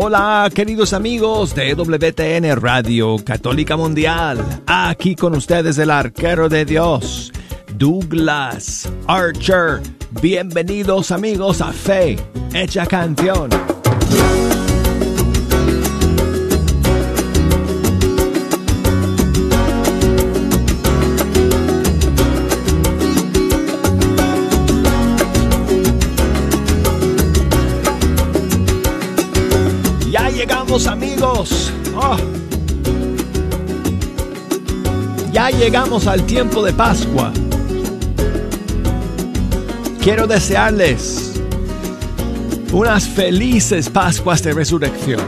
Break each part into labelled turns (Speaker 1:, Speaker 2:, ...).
Speaker 1: Hola, queridos amigos de WTN Radio Católica Mundial. Aquí con ustedes el arquero de Dios, Douglas Archer. Bienvenidos, amigos, a Fe Hecha Canción. Amigos, ya llegamos al tiempo de Pascua. Quiero desearles unas felices Pascuas de Resurrección.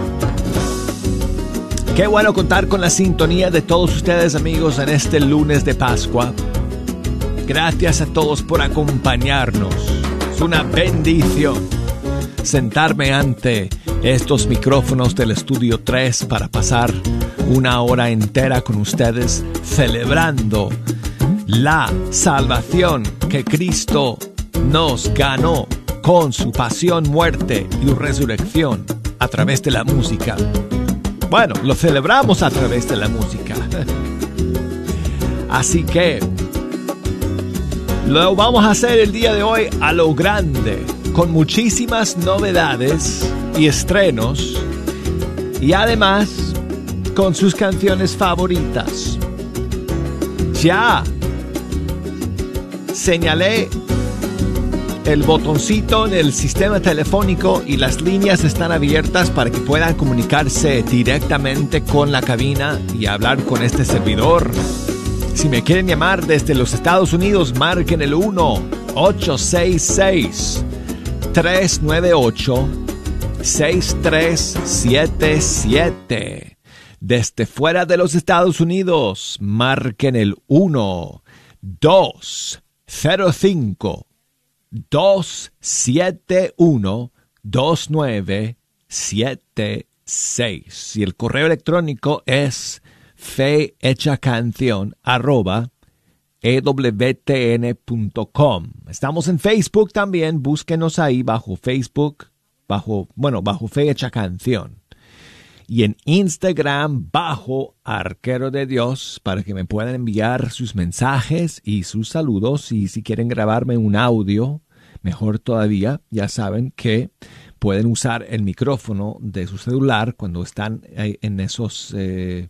Speaker 1: Qué bueno contar con la sintonía de todos ustedes, amigos, en este lunes de Pascua. Gracias a todos por acompañarnos. Es una bendición sentarme ante estos micrófonos del Estudio 3 para pasar una hora entera con ustedes celebrando la salvación que Cristo nos ganó con su pasión, muerte y resurrección a través de la música. Bueno, lo celebramos a través de la música. Así que lo vamos a hacer el día de hoy a lo grande, con muchísimas novedades y estrenos, y además con sus canciones favoritas. Ya señalé el botoncito en el sistema telefónico y las líneas están abiertas para que puedan comunicarse directamente con la cabina y hablar con este servidor. Si me quieren llamar desde los Estados Unidos, marquen el 1-866-398-6377. Desde fuera de los Estados Unidos, marquen el 1-205-271-2976. Y el correo electrónico es fehechacanción@ewtn.com. Estamos en Facebook también, búsquenos ahí bajo Facebook, bajo Fe Hecha Canción. Y en Instagram bajo Arquero de Dios, para que me puedan enviar sus mensajes y sus saludos. Y si quieren grabarme un audio, mejor todavía, ya saben que pueden usar el micrófono de su celular cuando están en esos en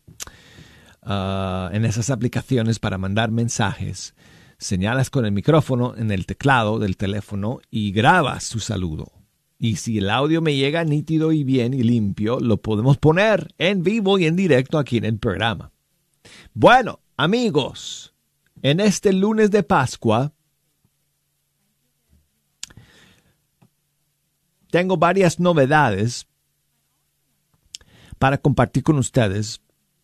Speaker 1: esas aplicaciones para mandar mensajes. Señalas con el micrófono en el teclado del teléfono y grabas tu saludo. Y si el audio me llega nítido y bien y limpio, lo podemos poner en vivo y en directo aquí en el programa. Bueno, amigos, en este lunes de Pascua tengo varias novedades para compartir con ustedes.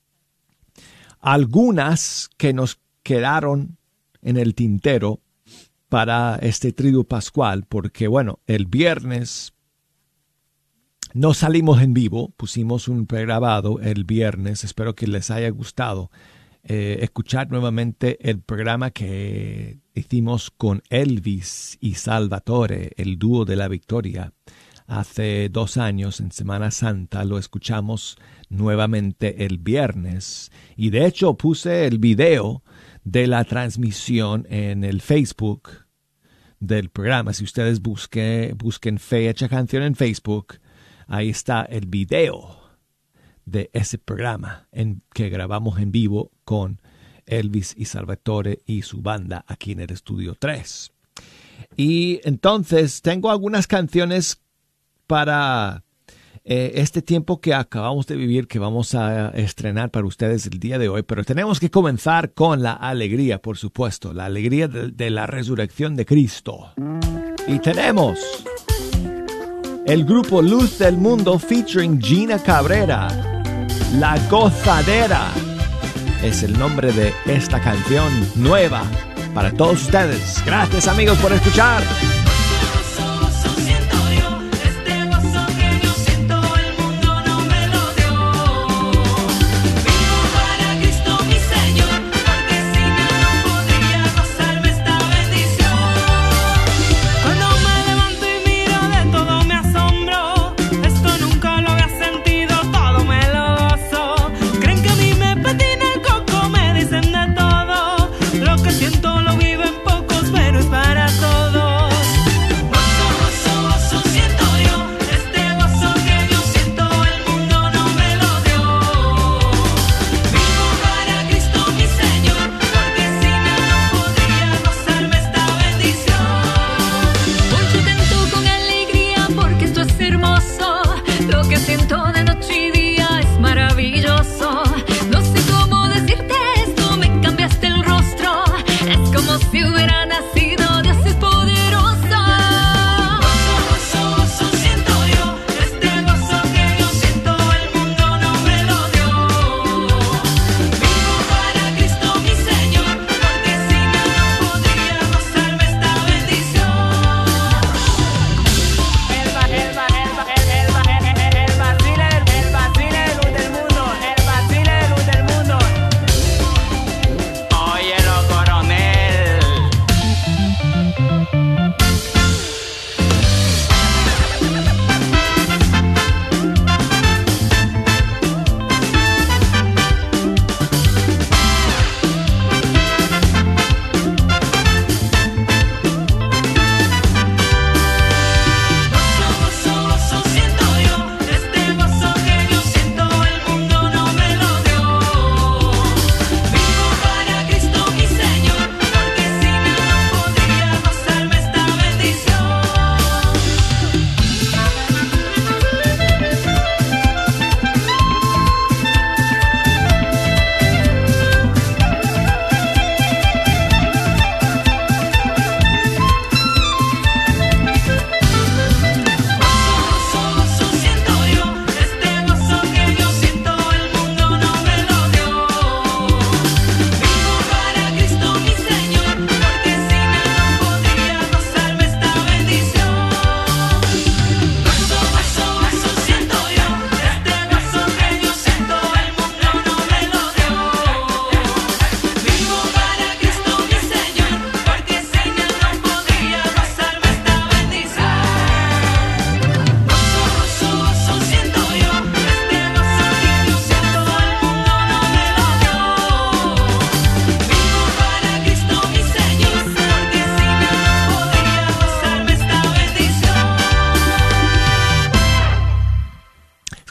Speaker 1: Algunas que nos quedaron en el tintero para este triduo pascual, porque bueno, el viernes no salimos en vivo, pusimos un pregrabado el viernes. Espero que les haya gustado escuchar nuevamente el programa que hicimos con Elvis y Salvatore, el dúo de la victoria. Hace 2 años, en Semana Santa, lo escuchamos nuevamente el viernes. Y de hecho puse el video de la transmisión en el Facebook del programa. Si ustedes busquen Fe Hecha Canción en Facebook, ahí está el video de ese programa que grabamos en vivo con Elvis y Salvatore y su banda aquí en el Estudio 3. Y entonces tengo algunas canciones para este tiempo que acabamos de vivir, que vamos a estrenar para ustedes el día de hoy. Pero tenemos que comenzar con la alegría, por supuesto, la alegría de la resurrección de Cristo. Y tenemos el grupo Luz del Mundo featuring Gina Cabrera. La Gozadera es el nombre de esta canción nueva para todos ustedes. Gracias, amigos, por escuchar.
Speaker 2: Cuando me levanto y miro de todo me asombro, esto nunca lo había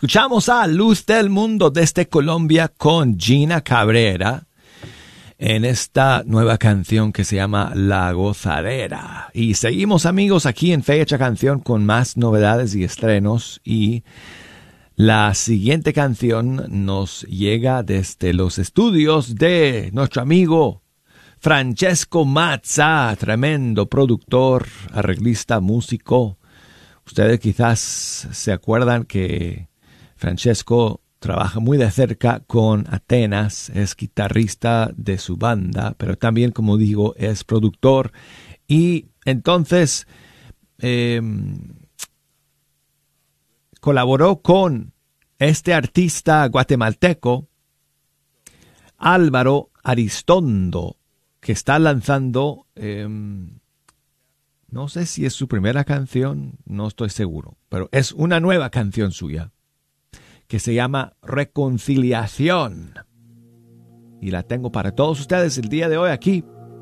Speaker 1: escuchamos a Luz del Mundo desde Colombia con Gina Cabrera en esta nueva canción que se llama La Gozadera. Y seguimos, amigos, aquí en Fecha Canción con más novedades y estrenos. Y la siguiente canción nos llega desde los estudios de nuestro amigo Francesco Mazza, tremendo productor, arreglista, músico. Ustedes quizás se acuerdan que Francesco trabaja muy de cerca con Atenas, es guitarrista de su banda, pero también, como digo, es productor. Y entonces colaboró con este artista guatemalteco, Álvaro Aristondo, que está lanzando, no sé si es su primera canción, no estoy seguro, pero es una nueva canción suya, que se llama Reconciliación. Y la tengo para todos ustedes el día de hoy aquí.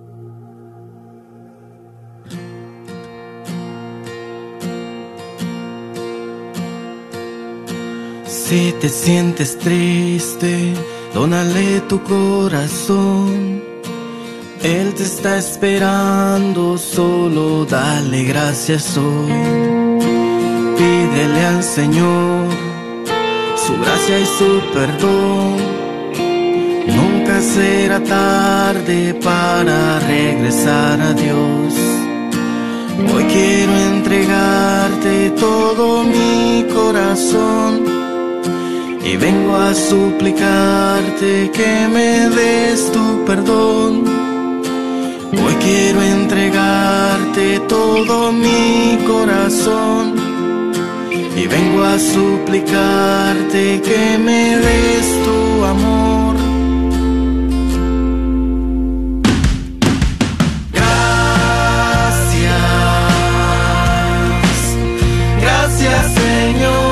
Speaker 2: Si te sientes triste, dónale tu corazón. Él te está esperando, solo dale gracias hoy. Pídele al Señor su gracia y su perdón. Nunca será tarde para regresar a Dios. Hoy quiero entregarte todo mi corazón y vengo a suplicarte que me des tu perdón. Hoy quiero entregarte todo mi corazón y vengo a suplicarte que me des tu amor. Gracias, gracias Señor.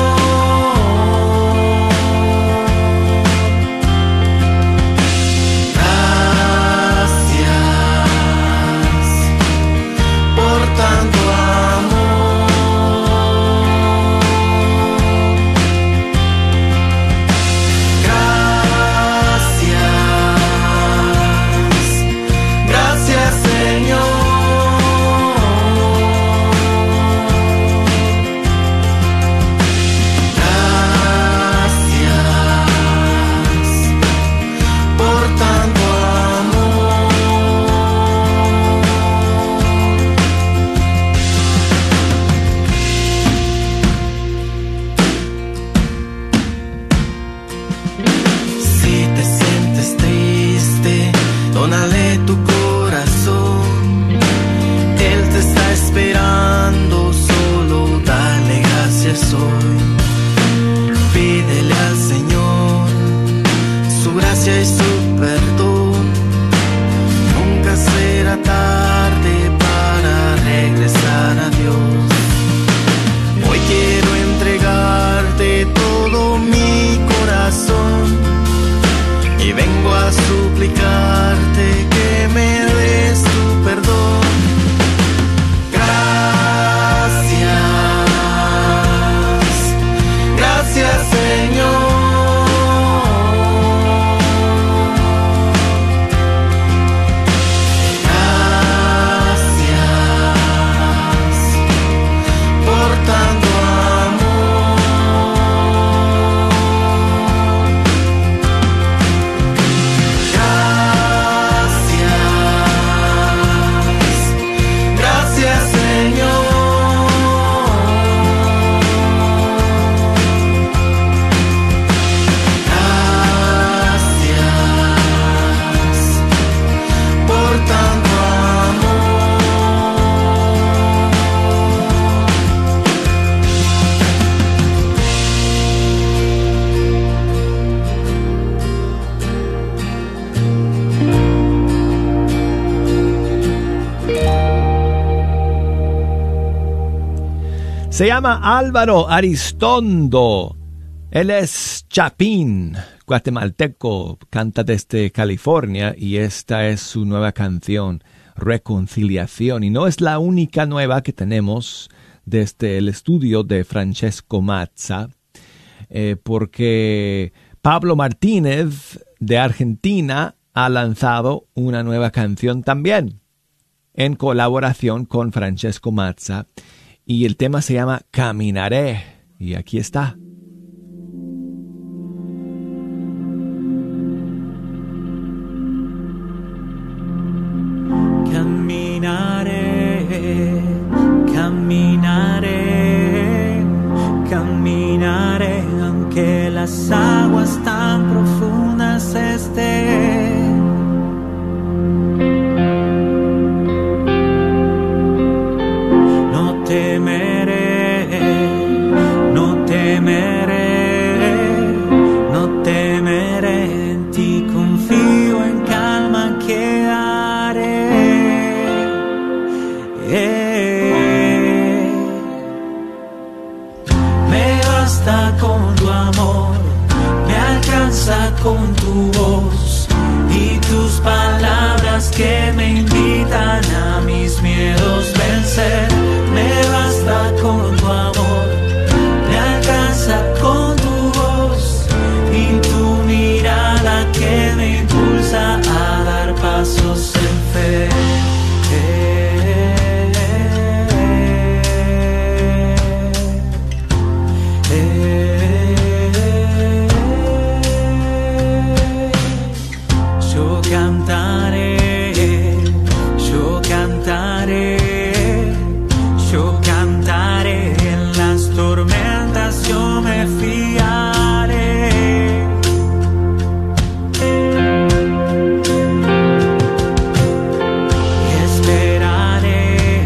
Speaker 1: Se llama Álvaro Aristondo. Él es chapín, guatemalteco, canta desde California y esta es su nueva canción, Reconciliación. Y no es la única nueva que tenemos desde el estudio de Francesco Mazza. porque Pablo Martínez de Argentina ha lanzado una nueva canción también, en colaboración con Francesco Mazza, y el tema se llama Caminaré, y aquí está.
Speaker 2: Caminaré, caminaré, caminaré, aunque las aguas tan profundas estén. No temeré, no temeré, no temeré, en ti confío, en calma quedaré. Me basta con tu amor, me alcanza con tu voz y tus palabras que me invitan a mis miedos vencer. Me basta con tu amor, me alcanza con tu voz y tu mirada que me impulsa a dar pasos en fe. Yo cantaré, en las tormentas yo me fiaré. Esperaré,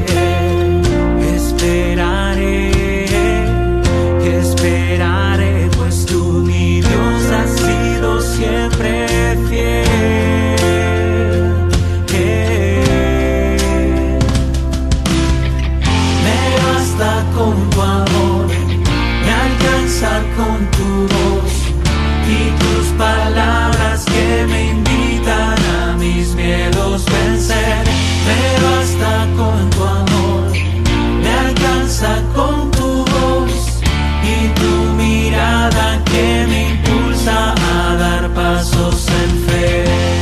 Speaker 2: esperaré, esperaré, pues tú, mi Dios, has sido siempre fiel. Con tu amor, me alcanza con tu voz y tus palabras que me invitan a mis miedos vencer. Me basta con tu amor, me alcanza con tu voz y tu mirada que me impulsa a dar pasos en fe.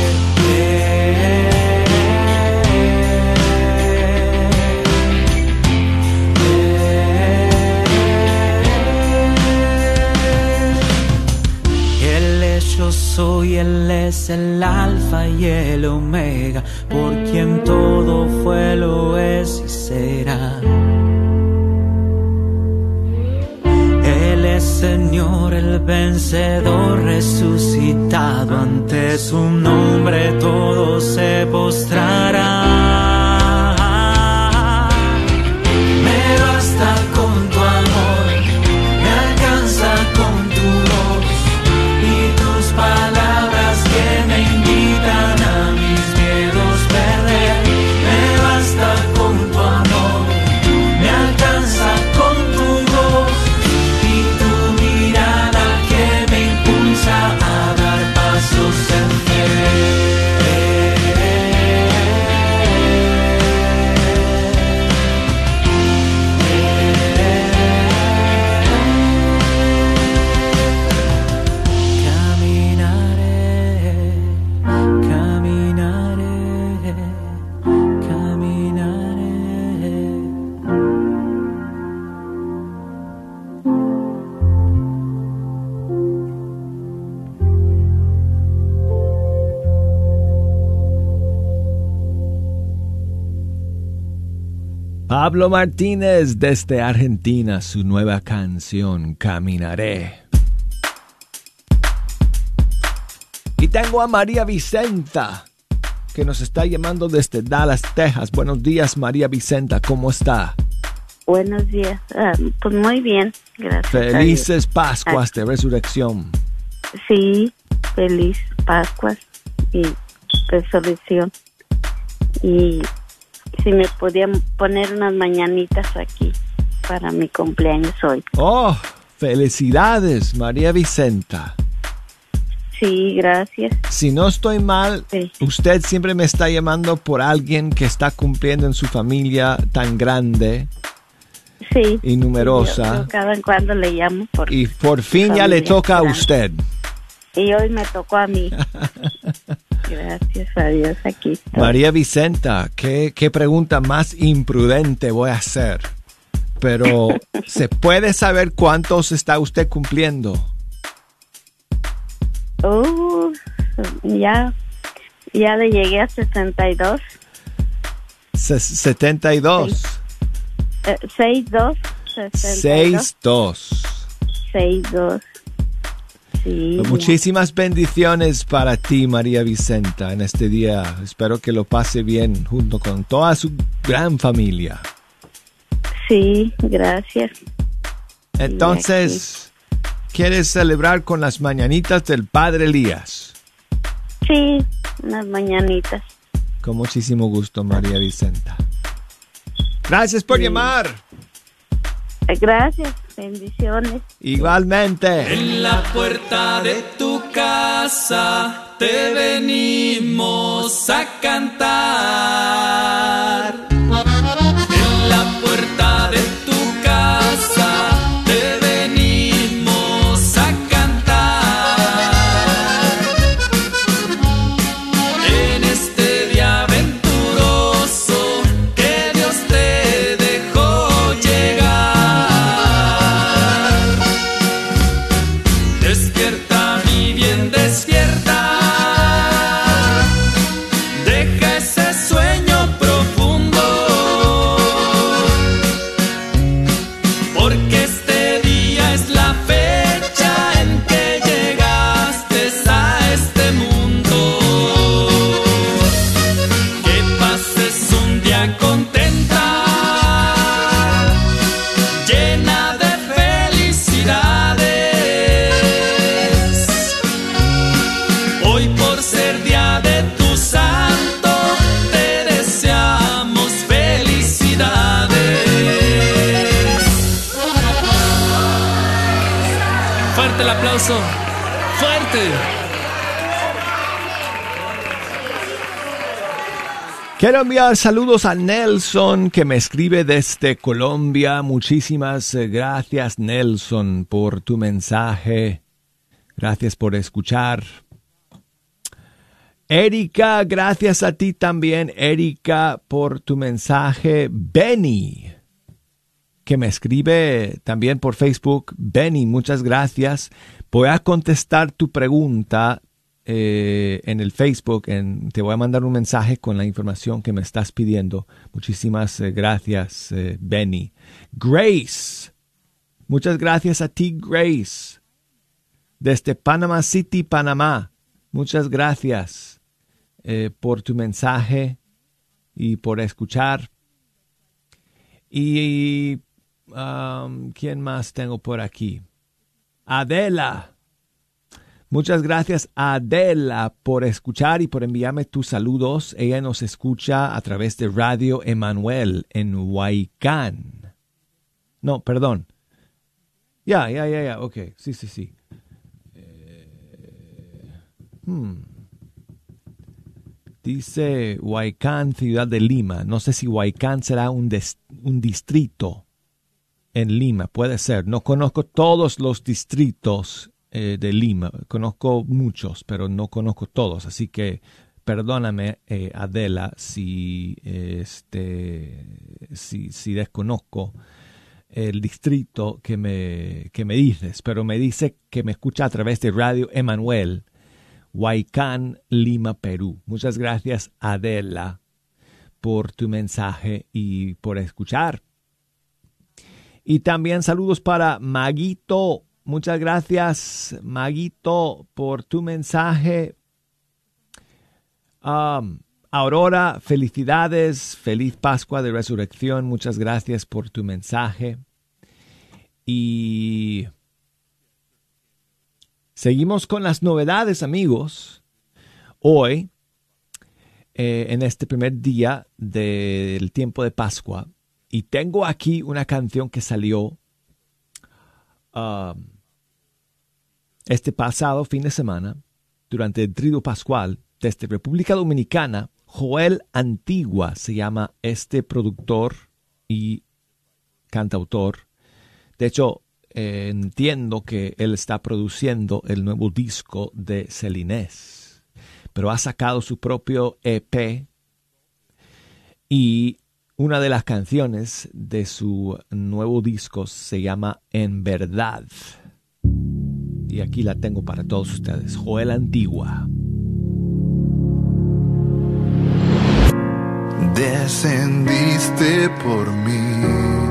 Speaker 2: Yo soy, Él es el alfa y el omega, por quien todo fue, lo es y será. Él es Señor, el vencedor resucitado, ante su nombre todo se postrará. Me basta con tu amor, me alcanza con tu voz y tus palabras que me invitan a mis miedos perder. Me basta con tu amor, me alcanza con tu voz y tu mirada que me impulsa a dar pasos en fe.
Speaker 1: Pablo Martínez desde Argentina, su nueva canción Caminaré. Y tengo a María Vicenta, que nos está llamando desde Dallas, Texas. Buenos días, María Vicenta, ¿cómo está?
Speaker 3: Buenos días, pues muy bien, gracias.
Speaker 1: Felices Pascuas de Resurrección.
Speaker 3: Sí, feliz Pascuas y Resurrección. Y si me podían poner unas mañanitas aquí para mi cumpleaños hoy.
Speaker 1: ¡Oh! ¡Felicidades, María Vicenta!
Speaker 3: Sí, gracias.
Speaker 1: Si no estoy mal,
Speaker 3: sí.
Speaker 1: Usted siempre me está llamando por alguien que está cumpliendo en su familia tan grande.
Speaker 3: Sí.
Speaker 1: y numerosa.
Speaker 3: Yo cada cuando le llamo.
Speaker 1: Y por fin ya le toca a usted.
Speaker 3: Y hoy me tocó a mí. Gracias a Dios, aquí estoy.
Speaker 1: María Vicenta, ¿qué pregunta más imprudente voy a hacer? Pero, ¿se puede saber cuántos está usted cumpliendo?
Speaker 3: Ya le llegué a 62.
Speaker 1: 72.
Speaker 3: 62.
Speaker 1: 62.
Speaker 3: 62. Sí.
Speaker 1: Muchísimas bendiciones para ti, María Vicenta, en este día. Espero que lo pase bien junto con toda su gran familia.
Speaker 3: Sí, gracias.
Speaker 1: Entonces, ¿quieres celebrar con las mañanitas del Padre Elías?
Speaker 3: Sí, unas mañanitas.
Speaker 1: Con muchísimo gusto, María Vicenta. Gracias por llamar.
Speaker 3: Gracias, bendiciones.
Speaker 1: Igualmente.
Speaker 2: En la puerta de tu casa te venimos a cantar. En la puerta de tu casa te venimos a cantar. En este día aventuroso que Dios te dejó llegar. Despierta, mi bien, despierta. Deja ese sueño profundo, porque este día es la fecha en que llegaste a este mundo. Que pases un día contenta, llena de felicidades. Hoy, por ser día de tu santo, te deseamos felicidades. Fuerte el aplauso, fuerte.
Speaker 1: Quiero enviar saludos a Nelson, que me escribe desde Colombia. Muchísimas gracias, Nelson, por tu mensaje. Gracias por escuchar. Erika, gracias a ti también, Erika, por tu mensaje. Benny, que me escribe también por Facebook. Benny, muchas gracias. Voy a contestar tu pregunta en el Facebook. Te voy a mandar un mensaje con la información que me estás pidiendo. Muchísimas gracias, Benny. Grace, muchas gracias a ti, Grace, desde Panama City, Panamá. Muchas gracias por tu mensaje y por escuchar. Y ¿quién más tengo por aquí? Adela. Muchas gracias, Adela, por escuchar y por enviarme tus saludos. Ella nos escucha a través de Radio Emanuel en Huaycán. No, perdón. Ya. Ok, sí. Dice Huaycán, ciudad de Lima. No sé si Huaycán será un distrito en Lima. Puede ser. No conozco todos los distritos de Lima. Conozco muchos, pero no conozco todos. Así que perdóname, Adela, si desconozco el distrito que me dices. Pero me dice que me escucha a través de Radio Emanuel, Huaycán, Lima, Perú. Muchas gracias, Adela, por tu mensaje y por escuchar. Y también saludos para Maguito. Muchas gracias, Maguito, por tu mensaje. Aurora, felicidades, feliz Pascua de Resurrección. Muchas gracias por tu mensaje. Y seguimos con las novedades, amigos. Hoy, en este primer día del tiempo de Pascua, y tengo aquí una canción que salió este pasado fin de semana, durante el Triduo Pascual, desde República Dominicana. Joel Antigua se llama este productor y cantautor. De hecho, entiendo que él está produciendo el nuevo disco de Celinés, pero ha sacado su propio EP y una de las canciones de su nuevo disco se llama En Verdad. Y aquí la tengo para todos ustedes. Joel Antigua.
Speaker 4: Descendiste por mí,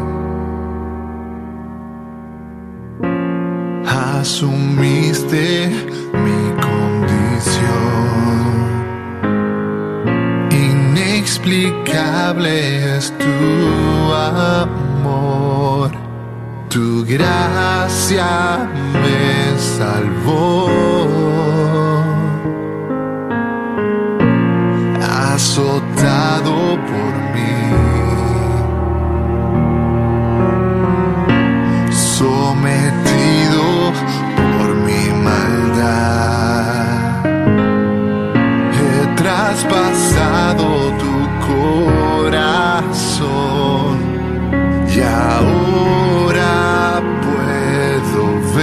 Speaker 4: asumiste mi condición. Inexplicable es tu amor, tu gracia me salvó. Azotado por mí, sometido por mi maldad, he traspasado tu corazón y ahora puedo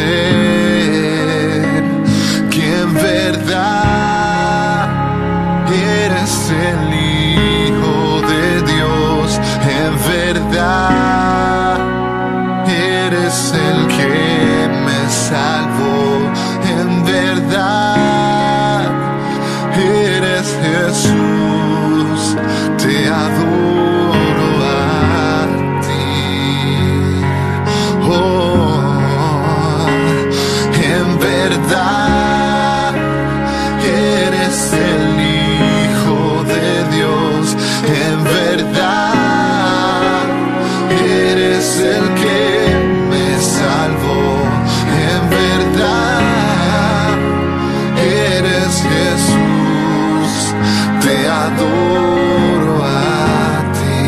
Speaker 4: ver que en verdad eres el Hijo de Dios, en verdad eres el que me salvó, en verdad eres Jesús, te adoro a ti. Oh, en verdad eres el en verdad eres el que me salvó, en verdad eres Jesús, te adoro a ti.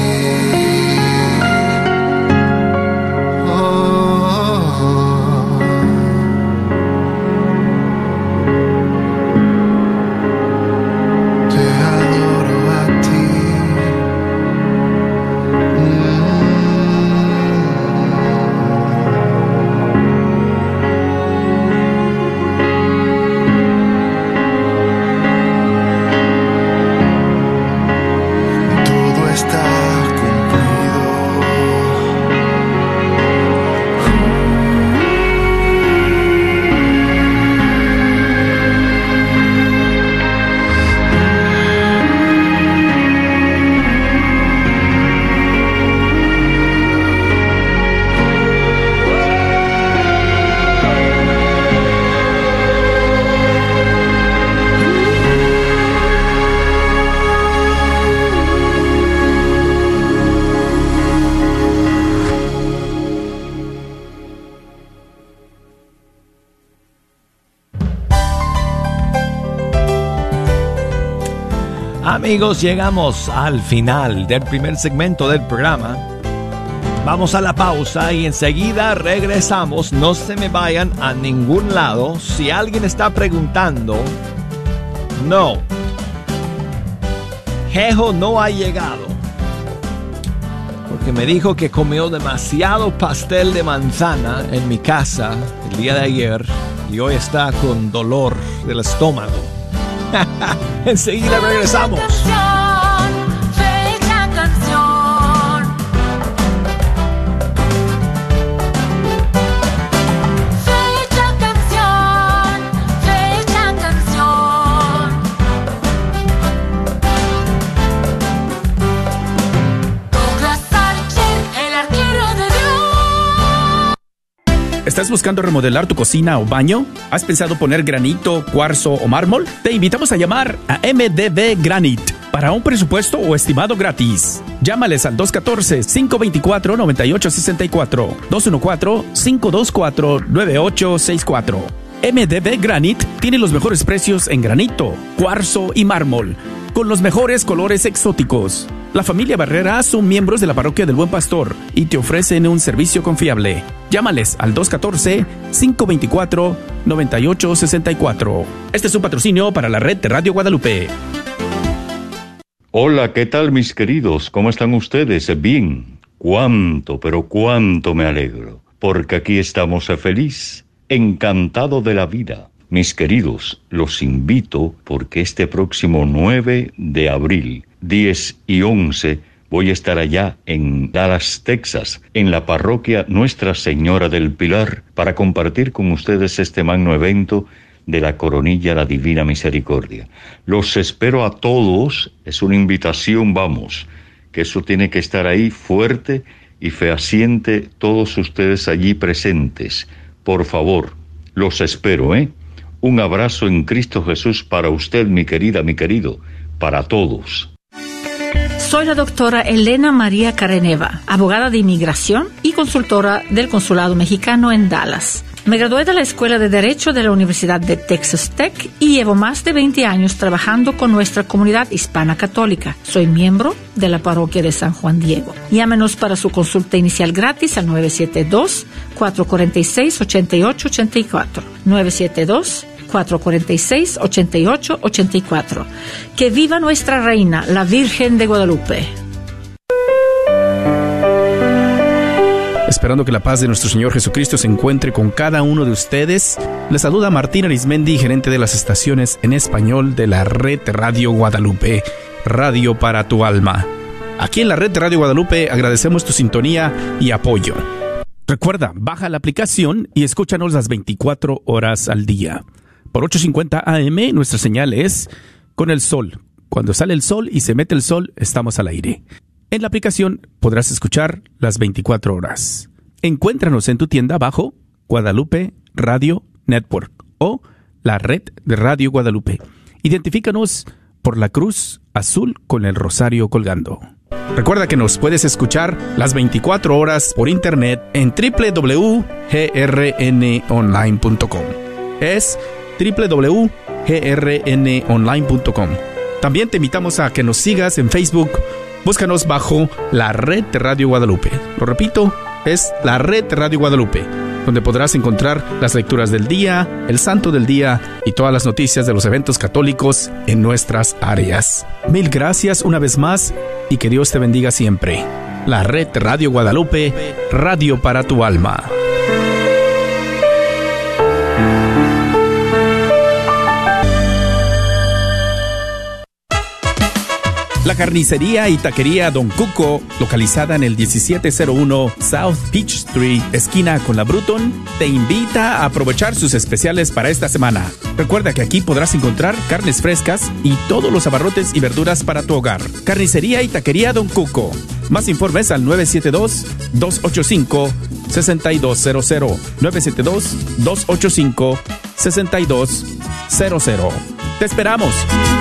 Speaker 4: Te adoro a ti. Todo está cumplido.
Speaker 1: Amigos, llegamos al final del primer segmento del programa. Vamos a la pausa y enseguida regresamos. No se me vayan a ningún lado. Si alguien está preguntando, no, Jejo no ha llegado, porque me dijo que comió demasiado pastel de manzana en mi casa el día de ayer y hoy está con dolor del estómago. Enseguida regresamos.
Speaker 2: Fecha canción. Fecha canción. Fecha canción. Douglas Archer, el arquero de Dios.
Speaker 5: ¿Estás buscando remodelar tu cocina o baño? ¿Has pensado poner granito, cuarzo o mármol? Te invitamos a llamar a MDB Granite para un presupuesto o estimado gratis. Llámales al 214-524-9864, 214-524-9864. MDB Granite tiene los mejores precios en granito, cuarzo y mármol, con los mejores colores exóticos. La familia Barrera son miembros de la Parroquia del Buen Pastor y te ofrecen un servicio confiable. Llámales al 214-524-9864. Este es un patrocinio para la red de Radio Guadalupe.
Speaker 6: Hola, ¿qué tal mis queridos? ¿Cómo están ustedes? Bien. Cuánto, pero cuánto me alegro, porque aquí estamos feliz, encantado de la vida. Mis queridos, los invito porque este próximo 9 de abril, 10 y 11, voy a estar allá en Dallas, Texas, en la parroquia Nuestra Señora del Pilar, para compartir con ustedes este magno evento de la Coronilla la Divina Misericordia. Los espero a todos, es una invitación, vamos, que eso tiene que estar ahí fuerte y fehaciente, todos ustedes allí presentes. Por favor, los espero, ¿eh? Un abrazo en Cristo Jesús para usted, mi querida, mi querido, para todos.
Speaker 7: Soy la doctora Elena María Careneva, abogada de inmigración y consultora del Consulado Mexicano en Dallas. Me gradué de la Escuela de Derecho de la Universidad de Texas Tech y llevo más de 20 años trabajando con nuestra comunidad hispana católica. Soy miembro de la parroquia de San Juan Diego. Llámenos para su consulta inicial gratis al 972-446-8884. 972-446-8884. Que viva nuestra reina, la Virgen de Guadalupe.
Speaker 5: Esperando que la paz de nuestro Señor Jesucristo se encuentre con cada uno de ustedes, les saluda Martín Arismendi, gerente de las estaciones en español de la Red Radio Guadalupe, Radio para tu alma. Aquí en la Red Radio Guadalupe agradecemos tu sintonía y apoyo. Recuerda, baja la aplicación y escúchanos las 24 horas al día. Por 850 AM, nuestra señal es con el sol. Cuando sale el sol y se mete el sol, estamos al aire. En la aplicación podrás escuchar las 24 horas. Encuéntranos en tu tienda bajo Guadalupe Radio Network o la Red de Radio Guadalupe. Identifícanos por la cruz azul con el rosario colgando. Recuerda que nos puedes escuchar las 24 horas por internet en www.grnonline.com. Es www.grnonline.com. También te invitamos a que nos sigas en Facebook. Búscanos bajo la Red de Radio Guadalupe. Lo repito, es la Red de Radio Guadalupe, donde podrás encontrar las lecturas del día, el santo del día y todas las noticias de los eventos católicos en nuestras áreas. Mil gracias una vez más y que Dios te bendiga siempre. La Red de Radio Guadalupe, radio para tu alma. La carnicería y taquería Don Cuco, localizada en el 1701 South Peach Street, esquina con la Bruton, te invita a aprovechar sus especiales para esta semana. Recuerda que aquí podrás encontrar carnes frescas y todos los abarrotes y verduras para tu hogar. Carnicería y taquería Don Cuco. Más informes al 972-285-6200. 972-285-6200. ¡Te esperamos!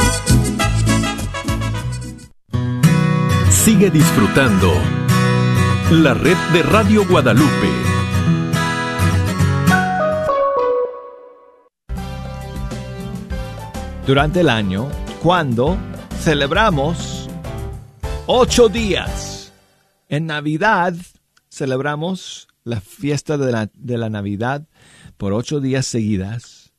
Speaker 8: Sigue disfrutando la Red de Radio Guadalupe.
Speaker 1: Durante el año, cuando celebramos 8 días. En Navidad celebramos la fiesta de la Navidad por 8 días seguidos,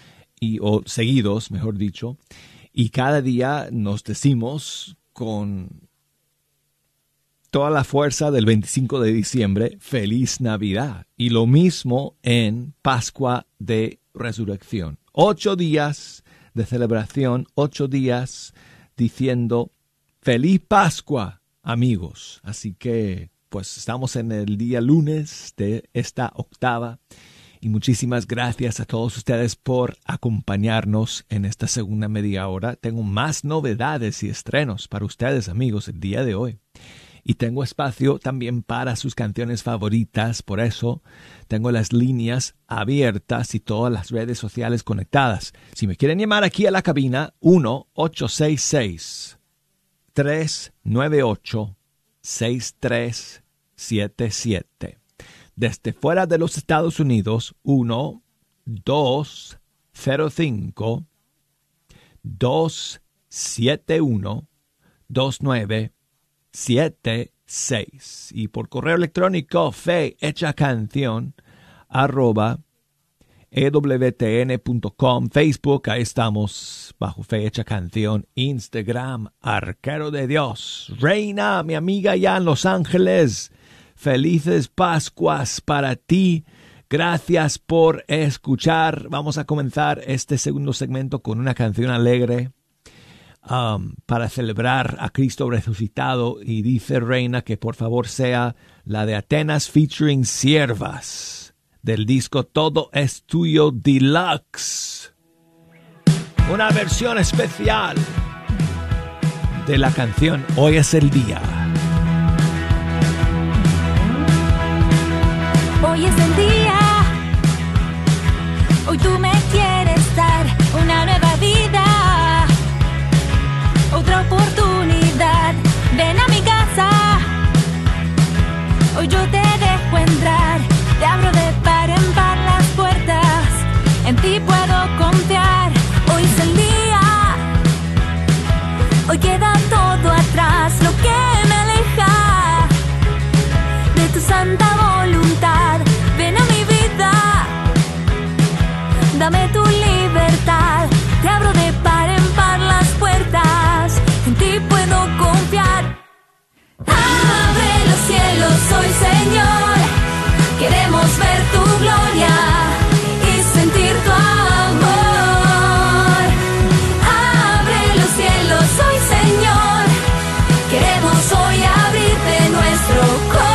Speaker 1: mejor dicho, y cada día nos decimos con toda la fuerza del 25 de diciembre, Feliz Navidad. Y lo mismo en Pascua de Resurrección. 8 días de celebración, 8 días diciendo Feliz Pascua, amigos. Así que, pues, estamos en el día lunes de esta octava. Y muchísimas gracias a todos ustedes por acompañarnos en esta segunda media hora. Tengo más novedades y estrenos para ustedes, amigos, el día de hoy. Y tengo espacio también para sus canciones favoritas. Por eso tengo las líneas abiertas y todas las redes sociales conectadas. Si me quieren llamar aquí a la cabina, 1-866-398-6377. Desde fuera de los Estados Unidos, 1-205-271-2976. Y por correo electrónico fehechacanción@ewtn.com. Facebook, ahí estamos bajo Fe Hecha Canción. Instagram, Arquero de Dios. Reina, mi amiga allá en Los Ángeles, Felices Pascuas para ti. Gracias por escuchar. Vamos a comenzar este segundo segmento con una canción alegre para celebrar a Cristo resucitado. Y dice Reina que por favor sea la de Atenas featuring Siervas del disco Todo es Tuyo Deluxe. Una versión especial de la canción Hoy es el Día.
Speaker 9: Hoy es el día, hoy tú me quieres dar una nueva vida, otra oportunidad, ven a mi casa, hoy yo te dejo entrar, te abro de par en par las puertas, en ti puedo confiar, hoy es el día, hoy queda todo atrás, lo que me aleja de tu santa voluntad. Ven a mi vida, dame tu libertad, te abro de par en par las puertas, en ti puedo confiar. Abre los cielos hoy, Señor, queremos ver tu gloria y sentir tu amor. Abre los cielos hoy, Señor, queremos hoy abrirte nuestro corazón.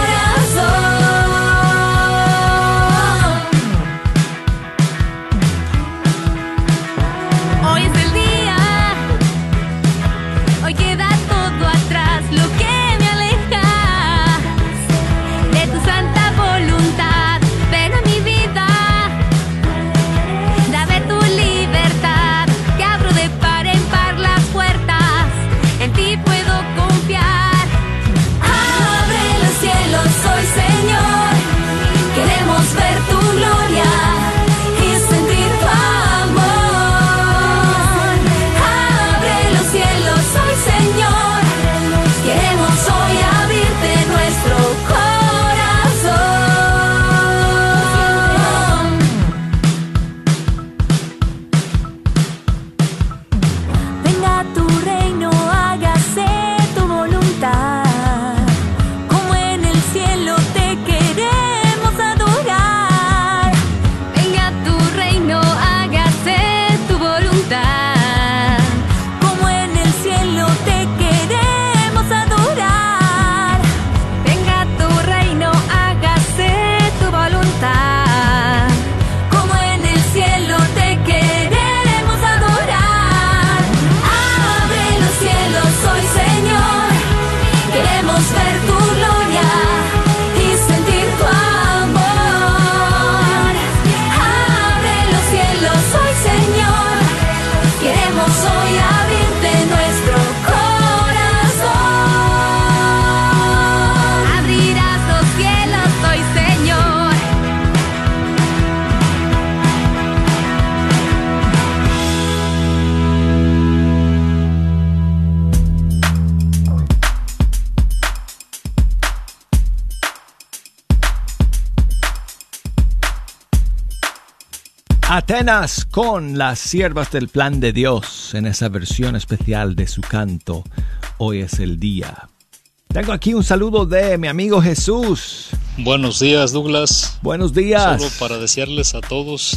Speaker 1: Atenas con las siervas del plan de Dios en esa versión especial de su canto Hoy es el Día. Tengo aquí un saludo de mi amigo Jesús.
Speaker 10: Buenos días, Douglas.
Speaker 1: Buenos días.
Speaker 10: Solo para desearles a todos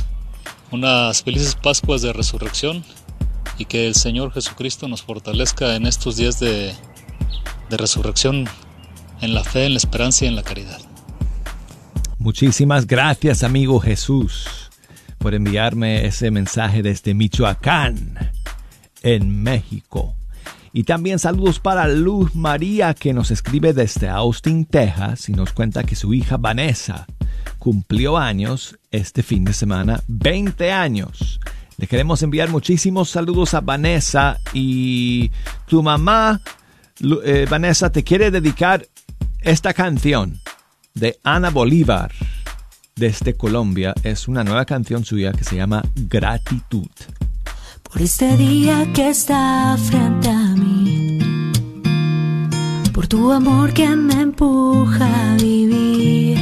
Speaker 10: unas felices Pascuas de Resurrección y que el Señor Jesucristo nos fortalezca en estos días de resurrección en la fe, en la esperanza y en la caridad.
Speaker 1: Muchísimas gracias, amigo Jesús, por enviarme ese mensaje desde Michoacán, en México. Y también saludos para Luz María, que nos escribe desde Austin, Texas, y nos cuenta que su hija Vanessa cumplió años este fin de semana, 20 años. Le queremos enviar muchísimos saludos a Vanessa, y tu mamá, Vanessa, te quiere dedicar esta canción de Ana Bolívar desde Colombia. Es una nueva canción suya que se llama Gratitud.
Speaker 9: Por este día que está frente a mí, por tu amor que me empuja a vivir,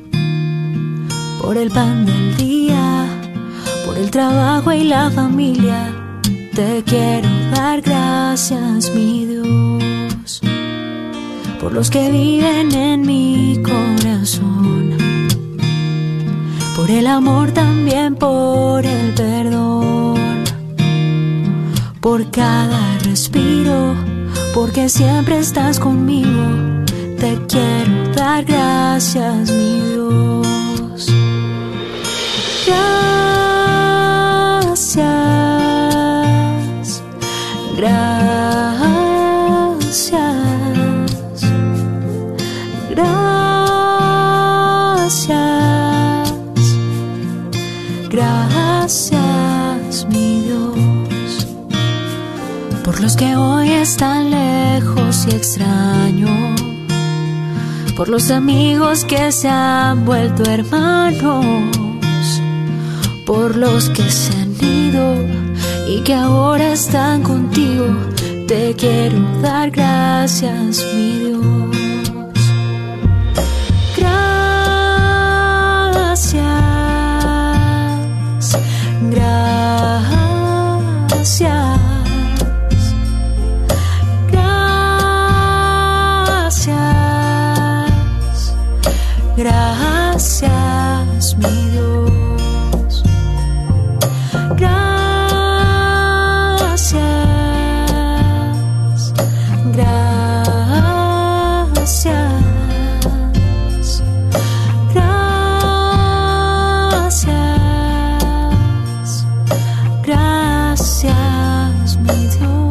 Speaker 9: por el pan del día, por el trabajo y la familia, te quiero dar gracias, mi Dios. por los que viven en mi corazón, por el amor, también por el perdón, por cada respiro, porque siempre estás conmigo. Te quiero dar gracias, mi Dios. Gracias, gracias, gracias, gracias, mi Dios, por los que hoy están lejos y extraños, por los amigos que se han vuelto hermanos, por los que se han ido y que ahora están contigo. Te quiero dar gracias, mi Dios. Gracias, gracias, gracias, gracias, mi Dios. Gracias, gracias, gracias, gracias, mi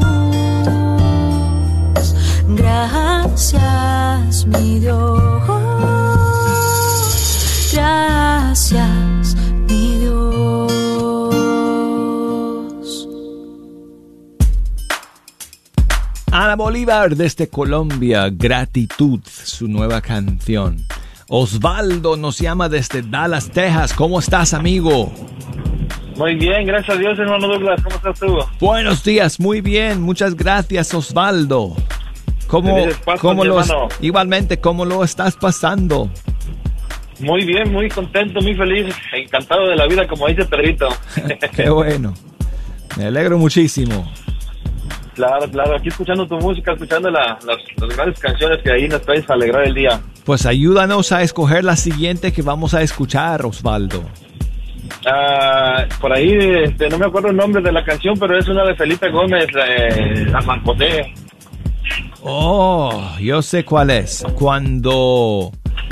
Speaker 9: Dios. Gracias, mi Dios. Gracias, mi Dios.
Speaker 1: Ana Bolívar desde Colombia, Gratitud, su nueva canción. Osvaldo nos llama desde Dallas, Texas. ¿Cómo estás, amigo?
Speaker 11: Muy bien, gracias a Dios, hermano Douglas. ¿Cómo estás tú?
Speaker 1: Buenos días, muy bien. Muchas gracias, Osvaldo. Igualmente, ¿cómo lo estás pasando?
Speaker 11: Muy bien, muy contento, muy feliz, encantado de la vida, como dice Pedrito.
Speaker 1: Qué bueno. Me alegro muchísimo.
Speaker 11: Claro, claro. Aquí escuchando tu música, escuchando las grandes canciones que ahí nos traes a alegrar el día.
Speaker 1: Pues ayúdanos a escoger la siguiente que vamos a escuchar, Osvaldo.
Speaker 11: Por ahí, no me acuerdo el nombre de la canción, pero es una de Felipe Gómez, La San José.
Speaker 1: Oh, yo sé cuál es. Cuando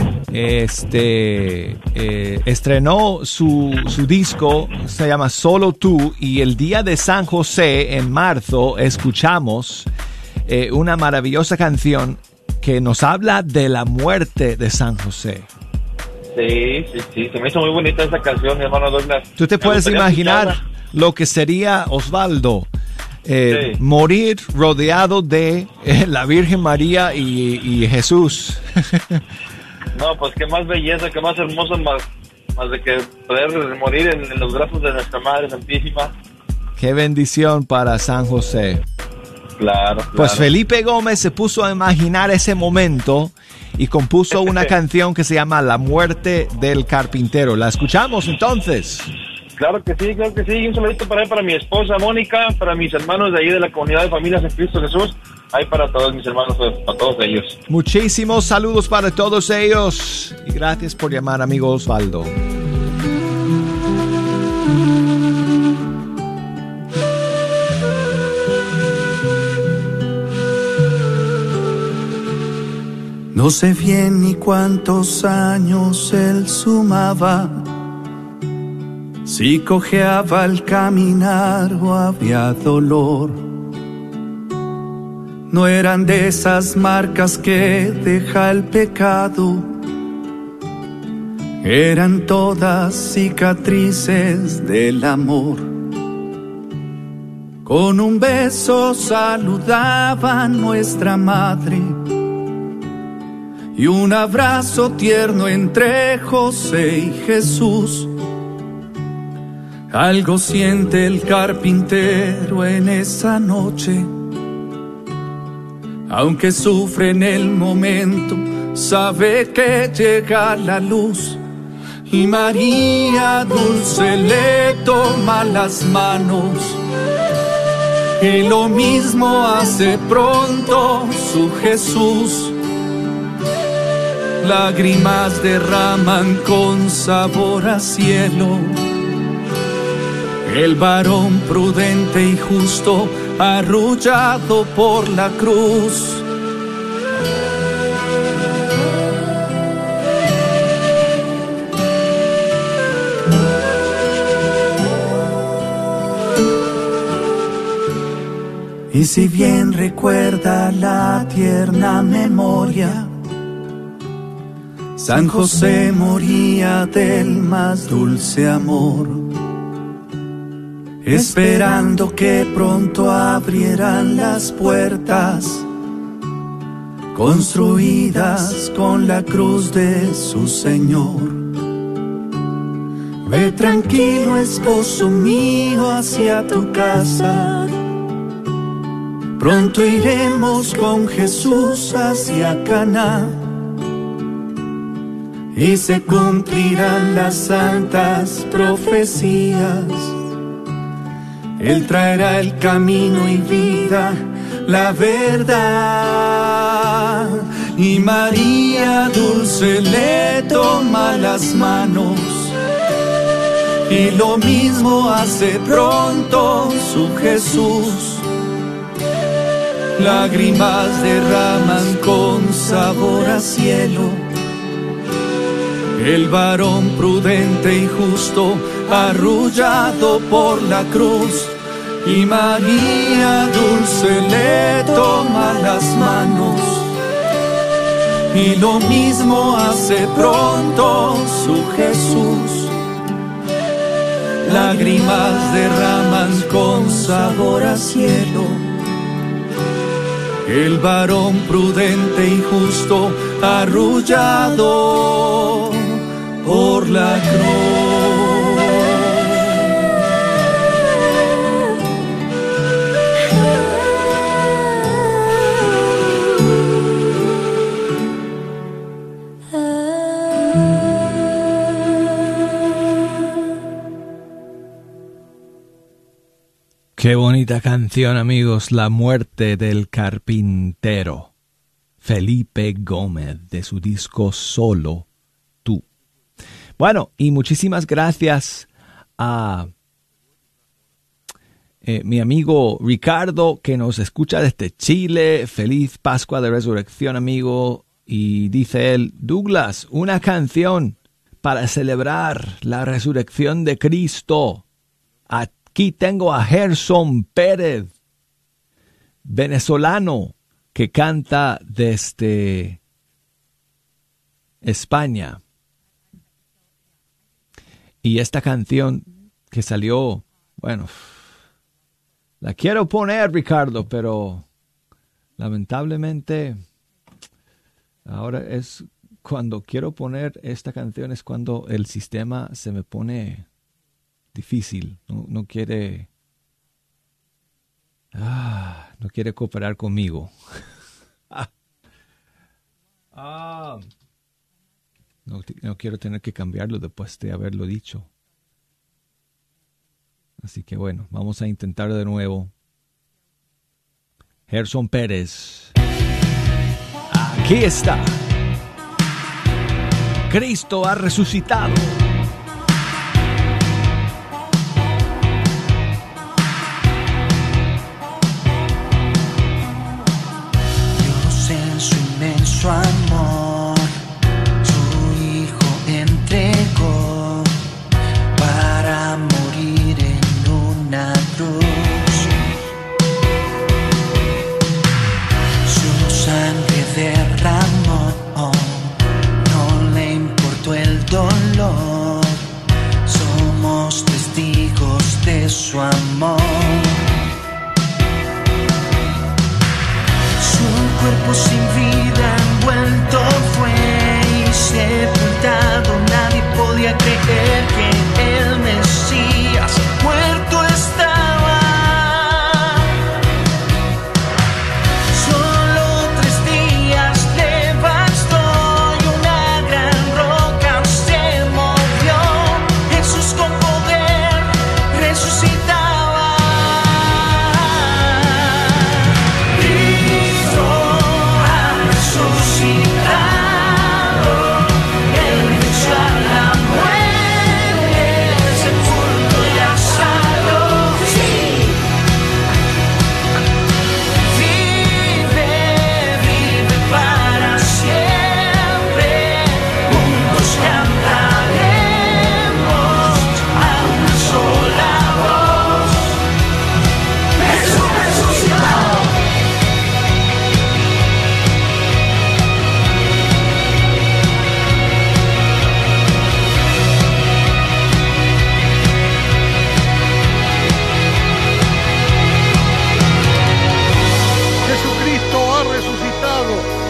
Speaker 1: estrenó su disco, se llama Solo Tú, y el día de San José, en marzo, escuchamos una maravillosa canción que nos habla de la muerte de San José.
Speaker 11: Sí, se me hizo muy bonita esa canción, mi hermano Douglas.
Speaker 1: ¿Tú te puedes imaginar lo que sería, Osvaldo, morir rodeado de la Virgen María y Jesús?
Speaker 11: No, pues qué más belleza, qué más hermoso, más de que poder morir en los brazos de nuestra Madre Santísima.
Speaker 1: Qué bendición para San José.
Speaker 11: Claro.
Speaker 1: Pues Felipe Gómez se puso a imaginar ese momento y compuso una canción que se llama La Muerte del Carpintero. ¿La escuchamos entonces?
Speaker 11: Claro que sí. Un saludito para mi esposa Mónica, para mis hermanos de ahí de la comunidad de familias en Cristo Jesús. Ahí para todos mis hermanos, para todos ellos.
Speaker 1: Muchísimos saludos para todos ellos. Y gracias por llamar, amigo Osvaldo.
Speaker 4: No sé bien ni cuántos años él sumaba, si cojeaba al caminar o había dolor. No eran de esas marcas que deja el pecado, eran todas cicatrices del amor. Con un beso saludaba a nuestra madre y un abrazo tierno entre José y Jesús. Algo siente el carpintero en esa noche, aunque sufre en el momento, sabe que llega la luz. Y María dulce le toma las manos, y lo mismo hace pronto su Jesús. lágrimas derraman con sabor a cielo. El varón prudente y justo, arrullado por la cruz. Y si bien recuerda la tierna memoria, San José moría del más dulce amor, esperando que pronto abrieran las puertas construidas con la cruz de su Señor. Ve tranquilo, esposo mío, hacia tu casa. Pronto iremos con Jesús hacia Caná y se cumplirán las santas profecías. Él traerá el camino y vida, la verdad. Y María dulce le toma las manos y lo mismo hace pronto su Jesús. Lágrimas derraman con sabor a cielo. El varón prudente y justo, arrullado por la cruz. Y María dulce le toma las manos y lo mismo hace pronto su Jesús. Lágrimas derraman con sabor a cielo. El varón prudente y justo, arrullado por la cruz.
Speaker 1: Qué bonita canción, amigos, La muerte del carpintero. Felipe Gómez, de su disco Solo tú. Bueno, y muchísimas gracias a mi amigo Ricardo, que nos escucha desde Chile. Feliz Pascua de Resurrección, amigo. Y dice él: Douglas, una canción para celebrar la resurrección de Cristo. Aquí tengo a Gerson Pérez, venezolano, que canta desde España. Y esta canción que salió, bueno, la quiero poner, Ricardo, pero lamentablemente ahora es cuando quiero poner esta canción, es cuando el sistema se me pone difícil, no quiere cooperar conmigo. No quiero tener que cambiarlo después de haberlo dicho. Así que bueno, vamos a intentar de nuevo. Gerson Pérez. Aquí está. Cristo ha resucitado.
Speaker 2: Su amor, su Hijo entregó para morir en una cruz. Su sangre derramó, no le importó el dolor. Somos testigos de su amor. Su cuerpo sin vida envuelto fue y sepultado. Nadie podía creer que el Mesías muerto estaba. Solo 3 días le bastó y una gran roca se movió. Jesús con poder resucitaba. Cristo ha resucitado.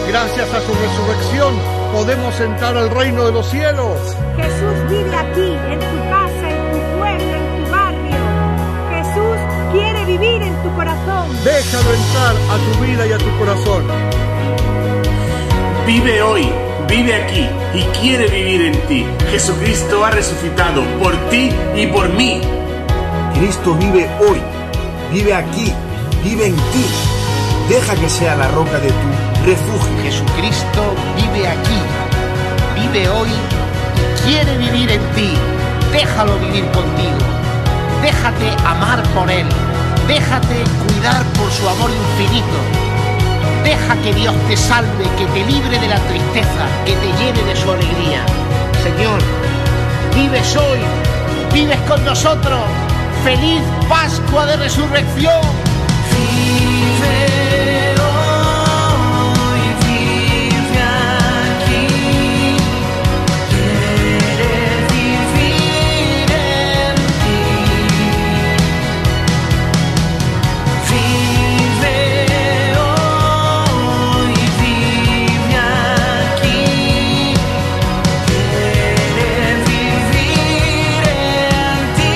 Speaker 12: Gracias a su resurrección podemos entrar al reino de los cielos.
Speaker 13: Jesús vive aquí, en tu casa, en tu pueblo, en tu barrio. Jesús quiere vivir en tu corazón.
Speaker 12: Déjalo entrar a tu vida y a tu corazón.
Speaker 14: Vive hoy, vive aquí y quiere vivir en ti. Jesucristo ha resucitado por ti y por mí.
Speaker 15: Cristo vive hoy, vive aquí, vive en ti. Deja que sea la roca de tu refugio.
Speaker 16: Jesucristo vive aquí, vive hoy y quiere vivir en ti. Déjalo vivir contigo. Déjate amar por Él. Déjate cuidar por su amor infinito. Deja que Dios te salve, que te libre de la tristeza, que te llene de su alegría. Señor, vives hoy, vives con nosotros. ¡Feliz Pascua de Resurrección!
Speaker 2: Vive hoy, vive aquí, quiere vivir en ti. Vive hoy, vive aquí, quiere vivir en ti.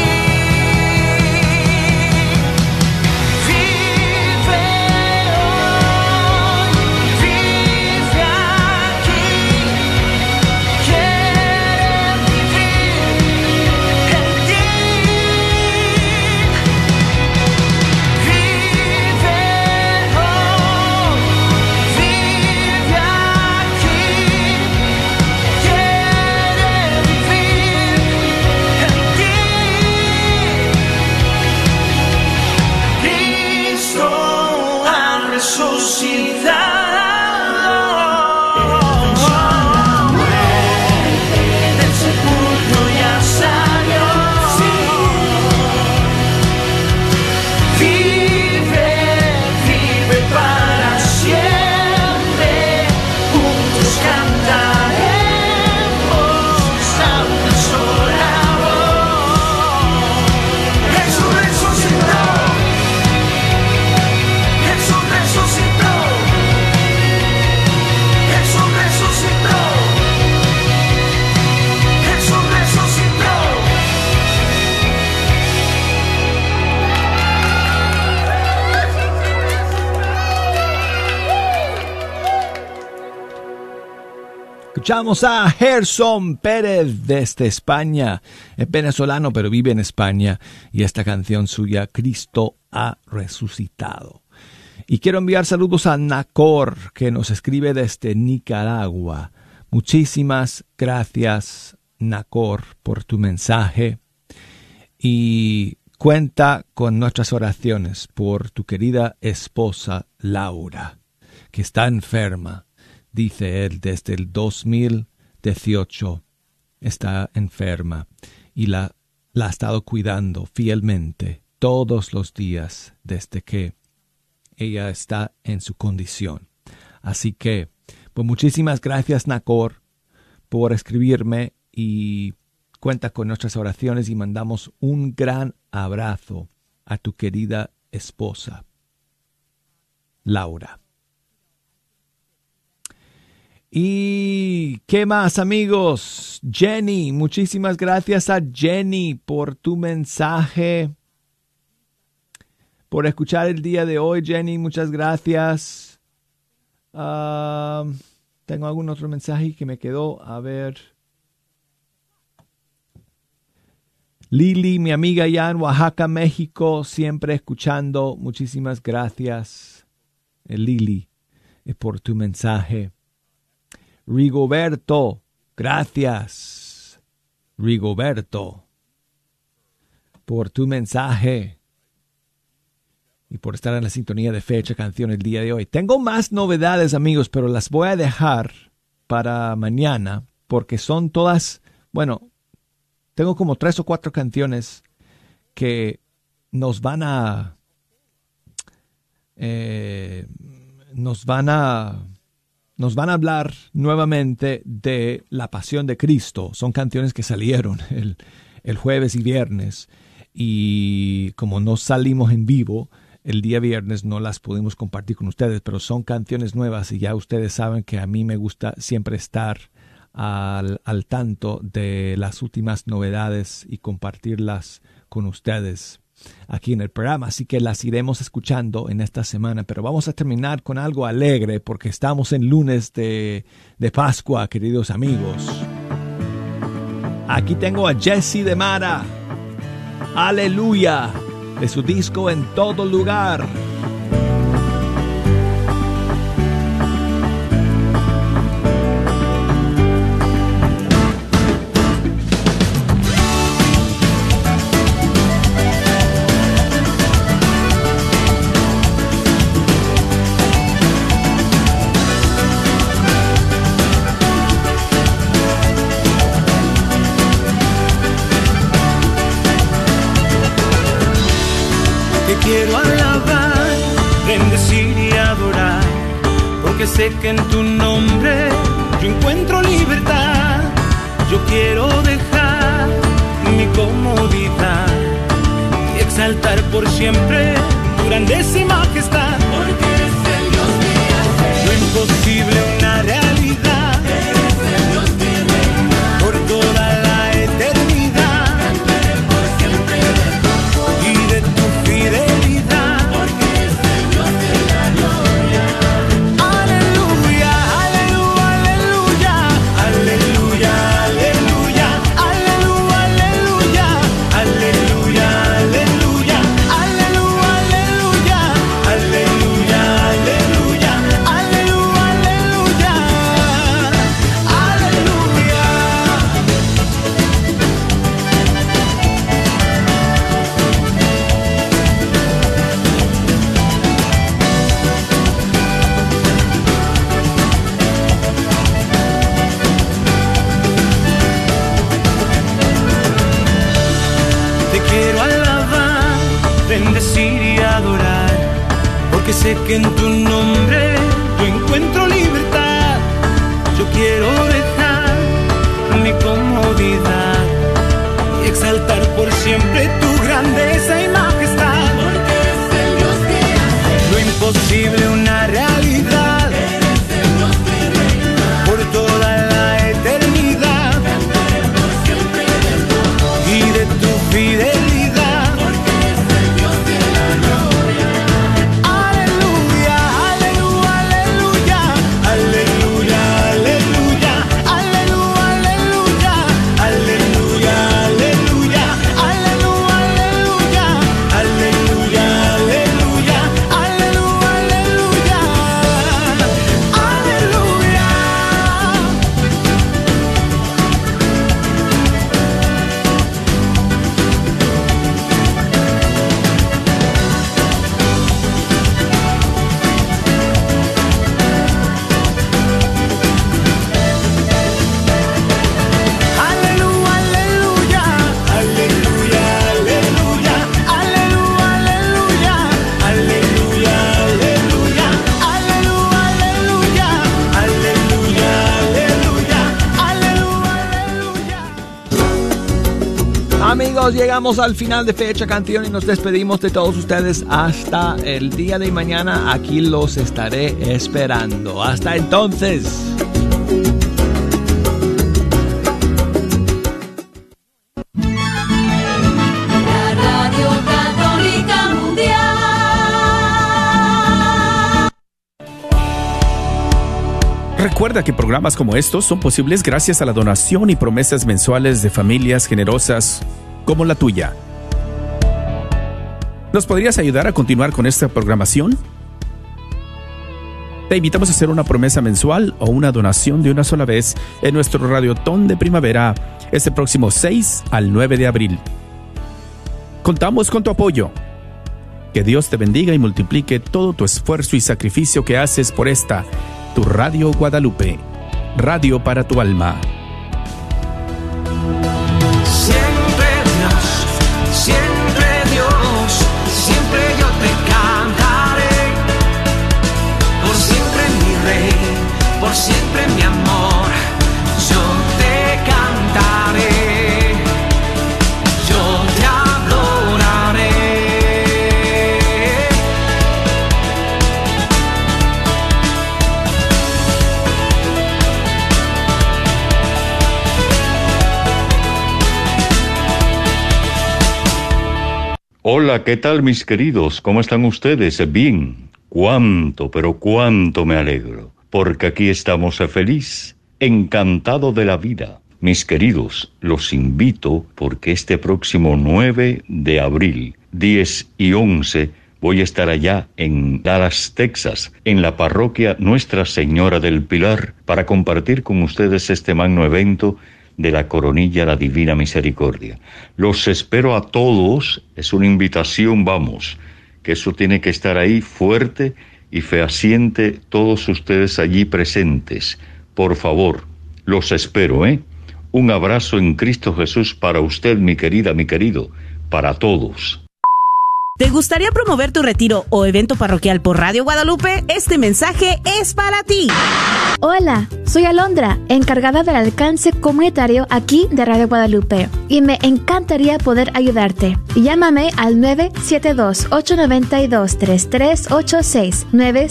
Speaker 1: Escuchamos a Gerson Pérez desde España. Es venezolano, pero vive en España. Y esta canción suya, Cristo ha resucitado. Y quiero enviar saludos a Nacor, que nos escribe desde Nicaragua. Muchísimas gracias, Nacor, por tu mensaje. Y cuenta con nuestras oraciones por tu querida esposa, Laura, que está enferma. Dice él, desde el 2018 está enferma y la ha estado cuidando fielmente todos los días desde que ella está en su condición. Así que, pues muchísimas gracias, Nacor, por escribirme y cuenta con nuestras oraciones y mandamos un gran abrazo a tu querida esposa, Laura. ¿Y qué más, amigos? Jenny, muchísimas gracias a Jenny por tu mensaje, por escuchar el día de hoy. Jenny, muchas gracias. Tengo algún otro mensaje que me quedó. A ver. Lili, mi amiga ya en Oaxaca, México, siempre escuchando. Muchísimas gracias, Lili, por tu mensaje. Rigoberto, gracias, Rigoberto, por tu mensaje y por estar en la sintonía de Fecha Canción el día de hoy. Tengo más novedades, amigos, pero las voy a dejar para mañana porque son todas, bueno, tengo como 3 o 4 canciones que nos van a hablar nuevamente de la pasión de Cristo. Son canciones que salieron el jueves y viernes. Y como no salimos en vivo, el día viernes no las pudimos compartir con ustedes, pero son canciones nuevas y ya ustedes saben que a mí me gusta siempre estar al tanto de las últimas novedades y compartirlas con ustedes aquí en el programa, así que las iremos escuchando en esta semana. Pero vamos a terminar con algo alegre porque estamos en lunes de Pascua, queridos amigos. Aquí tengo a Jesse de Mara, Aleluya, de su disco En Todo Lugar.
Speaker 2: Quiero alabar, bendecir y adorar, porque sé que en tu nombre yo encuentro libertad. Yo quiero dejar mi comodidad y exaltar por siempre tu grandeza y majestad. Porque eres el Dios mío, lo imposible una realidad. Eres el Dios mi reina, por toda la eternidad. Cantaré por siempre de tu amor y de tu fidelidad. Sé que en tu nombre yo encuentro libertad. Yo quiero dejar mi comodidad y exaltar por siempre tu grandeza y majestad. Porque eres el Dios que hace lo imposible una realidad. Eres el Dios que reina por toda la eternidad. Cantaré por siempre de tu amor y de tu fidelidad.
Speaker 1: Amigos, llegamos al final de Fecha Canción y nos despedimos de todos ustedes hasta el día de mañana. Aquí los estaré esperando. Hasta entonces.
Speaker 5: Recuerda que programas como estos son posibles gracias a la donación y promesas mensuales de familias generosas como la tuya. ¿Nos podrías ayudar a continuar con esta programación? Te invitamos a hacer una promesa mensual o una donación de una sola vez en nuestro Radiotón de Primavera este próximo 6 al 9 de abril. Contamos con tu apoyo. Que Dios te bendiga y multiplique todo tu esfuerzo y sacrificio que haces por esta, tu Radio Guadalupe, radio para tu alma.
Speaker 2: Siempre Dios, siempre yo te cantaré, por siempre mi Rey, por siempre mi amor, yo te cantaré, yo te adoraré.
Speaker 6: Hola, ¿qué tal mis queridos? ¿Cómo están ustedes? Bien. Cuánto, pero cuánto me alegro, porque aquí estamos feliz, encantado de la vida. Mis queridos, los invito porque este próximo 9 de abril, 10 y 11, voy a estar allá en Dallas, Texas, en la parroquia Nuestra Señora del Pilar, para compartir con ustedes este magno evento de la Coronilla la Divina Misericordia. Los espero a todos, es una invitación, vamos, que eso tiene que estar ahí fuerte y fehaciente, todos ustedes allí presentes. Por favor, los espero, ¿eh? Un abrazo en Cristo Jesús para usted, mi querida, mi querido, para todos.
Speaker 17: ¿Te gustaría promover tu retiro o evento parroquial por Radio Guadalupe? Este mensaje es para ti.
Speaker 18: Hola, soy Alondra, encargada del alcance comunitario aquí de Radio Guadalupe, y me encantaría poder ayudarte. Llámame al 972-892-3386,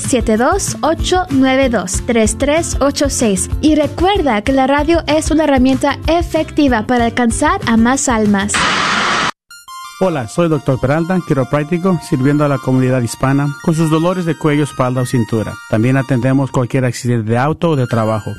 Speaker 18: 972-892-3386, y recuerda que la radio es una herramienta efectiva para alcanzar a más almas.
Speaker 19: Hola, soy Dr. Peralta, quiropráctico, sirviendo a la comunidad hispana con sus dolores de cuello, espalda o cintura. También atendemos cualquier accidente de auto o de trabajo.